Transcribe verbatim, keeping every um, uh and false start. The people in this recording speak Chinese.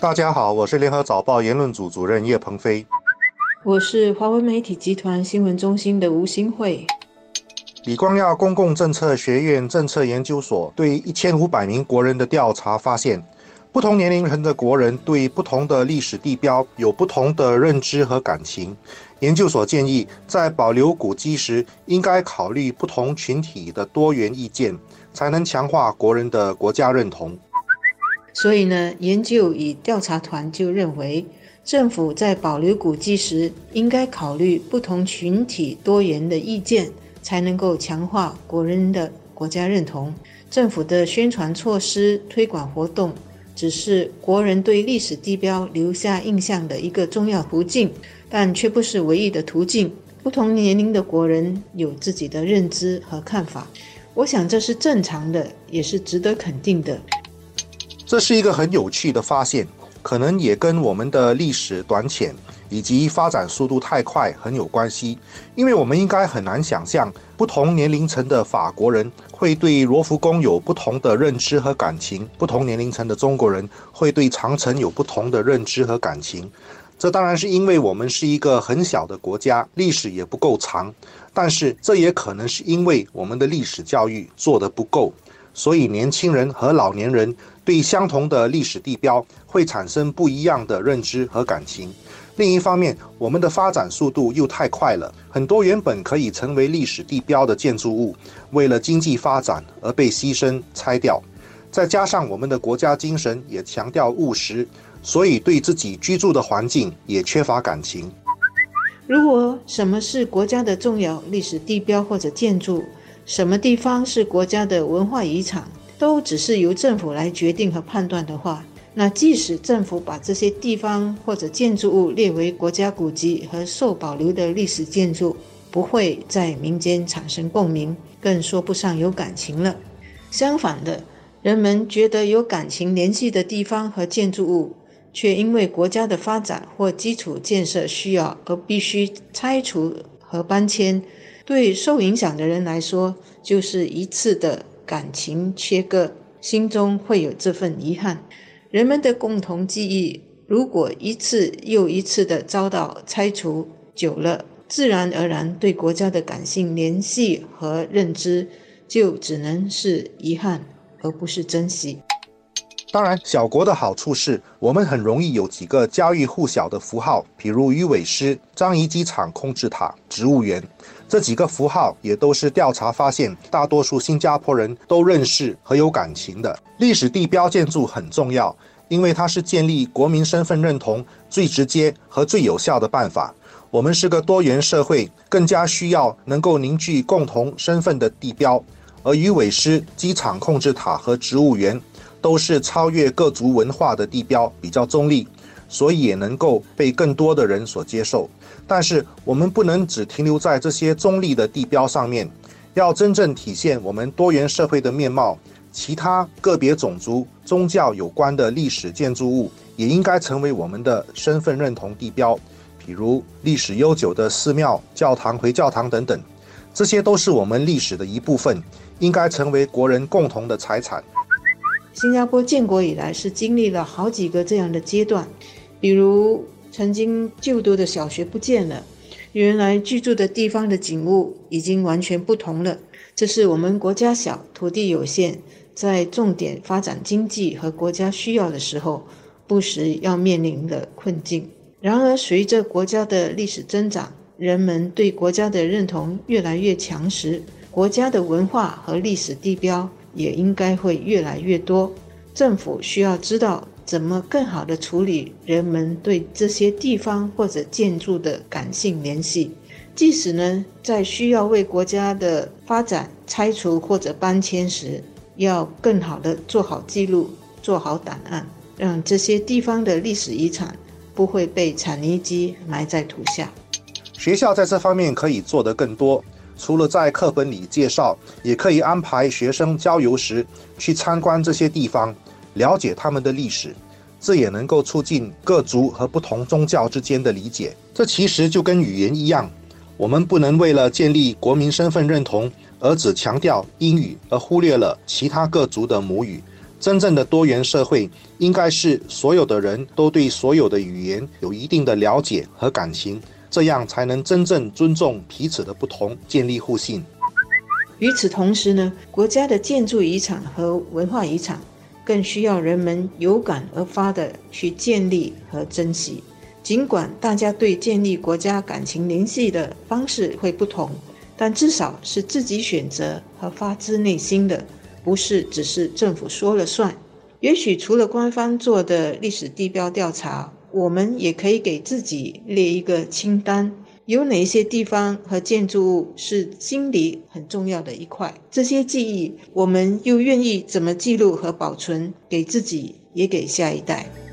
大家好，我是联合早报言论组主任叶鹏飞。 我是华文媒体集团新闻中心的吴新慧。 李光耀公共政策学院政策研究所对一千五百名国人的调查发现，不同年龄层的国人对不同的历史地标有不同的认知和感情。研究所建议，在保留古迹时，应该考虑不同群体的多元意见，才能强化国人的国家认同。 所以呢，研究与调查团就认为，政府在保留古迹时，应该考虑不同群体多元的意见，才能够强化国人的国家认同。政府的宣传措施、推广活动，只是国人对历史地标留下印象的一个重要途径，但却不是唯一的途径。不同年龄的国人有自己的认知和看法，我想这是正常的，也是值得肯定的。 这是一个很有趣的发现，可能也跟我们的历史短浅以及发展速度太快很有关系。因为我们应该很难想象，不同年龄层的法国人会对罗浮宫有不同的认知和感情，不同年龄层的中国人会对长城有不同的认知和感情。这当然是因为我们是一个很小的国家，历史也不够长，但是这也可能是因为我们的历史教育做得不够，所以年轻人和老年人对相同的历史地标会产生不一样的认知和感情。另一方面，我们的发展速度又太快了，很多原本可以成为历史地标的建筑物，为了经济发展而被牺牲拆掉。再加上我们的国家精神也强调务实，所以对自己居住的环境也缺乏感情。 如果什么是国家的重要历史地标或者建筑，什么地方是国家的文化遗产，都只是由政府来决定和判断的话，那即使政府把这些地方或者建筑物列为国家古迹和受保留的历史建筑，不会在民间产生共鸣，更说不上有感情了。相反的，人们觉得有感情联系的地方和建筑物，却因为国家的发展或基础建设需要而必须拆除和搬迁，对受影响的人来说，就是一次的感情切割，心中会有这份遗憾。人们的共同记忆如果一次又一次的遭到拆除，久了，自然而然对国家的感性联系和认知就只能是遗憾，而不是珍惜。 当然，小国的好处是我们很容易有几个家喻户晓的符号，比如鱼尾狮、樟宜机场控制塔、植物园。这几个符号也都是调查发现大多数新加坡人都认识和有感情的。历史地标建筑很重要，因为它是建立国民身份认同最直接和最有效的办法。我们是个多元社会，更加需要能够凝聚共同身份的地标，而鱼尾狮、机场控制塔和植物园都是超越各族文化的地标，比较中立，所以也能够被更多的人所接受。但是我们不能只停留在这些中立的地标上面，要真正体现我们多元社会的面貌，其他个别种族、宗教有关的历史建筑物也应该成为我们的身份认同地标，比如历史悠久的寺庙、教堂、回教堂等等，这些都是我们历史的一部分，应该成为国人共同的财产。 新加坡建国以来是经历了好几个这样的阶段，比如曾经就读的小学不见了，原来居住的地方的景物已经完全不同了。这是我们国家小、土地有限，在重点发展经济和国家需要的时候，不时要面临的困境。然而，随着国家的历史增长，人们对国家的认同越来越强时，国家的文化和历史地标也应该会越来越多。政府需要知道怎么更好地处理人们对这些地方或者建筑的感性联系，即使呢在需要为国家的发展拆除或者搬迁时，要更好地做好记录，做好档案，让这些地方的历史遗产不会被铲泥机埋在土下。 学校在这方面可以做得更多，除了在课本里介绍，也可以安排学生郊游时去参观这些地方，了解他们的历史，这也能够促进各族和不同宗教之间的理解。这其实就跟语言一样，我们不能为了建立国民身份认同而只强调英语，而忽略了其他各族的母语。 真正的多元社会应该是所有的人都对所有的语言有一定的了解和感情，这样才能真正尊重彼此的不同，建立互信。 与此同时呢，国家的建筑遗产和文化遗产更需要人们有感而发的去建立和珍惜。尽管大家对建立国家感情联系的方式会不同，但至少是自己选择和发自内心的，不是只是政府说了算。也许除了官方做的历史地标调查，我们也可以给自己列一个清单，有哪些地方和建筑物是心里很重要的一块，这些记忆我们又愿意怎么记录和保存，给自己也给下一代。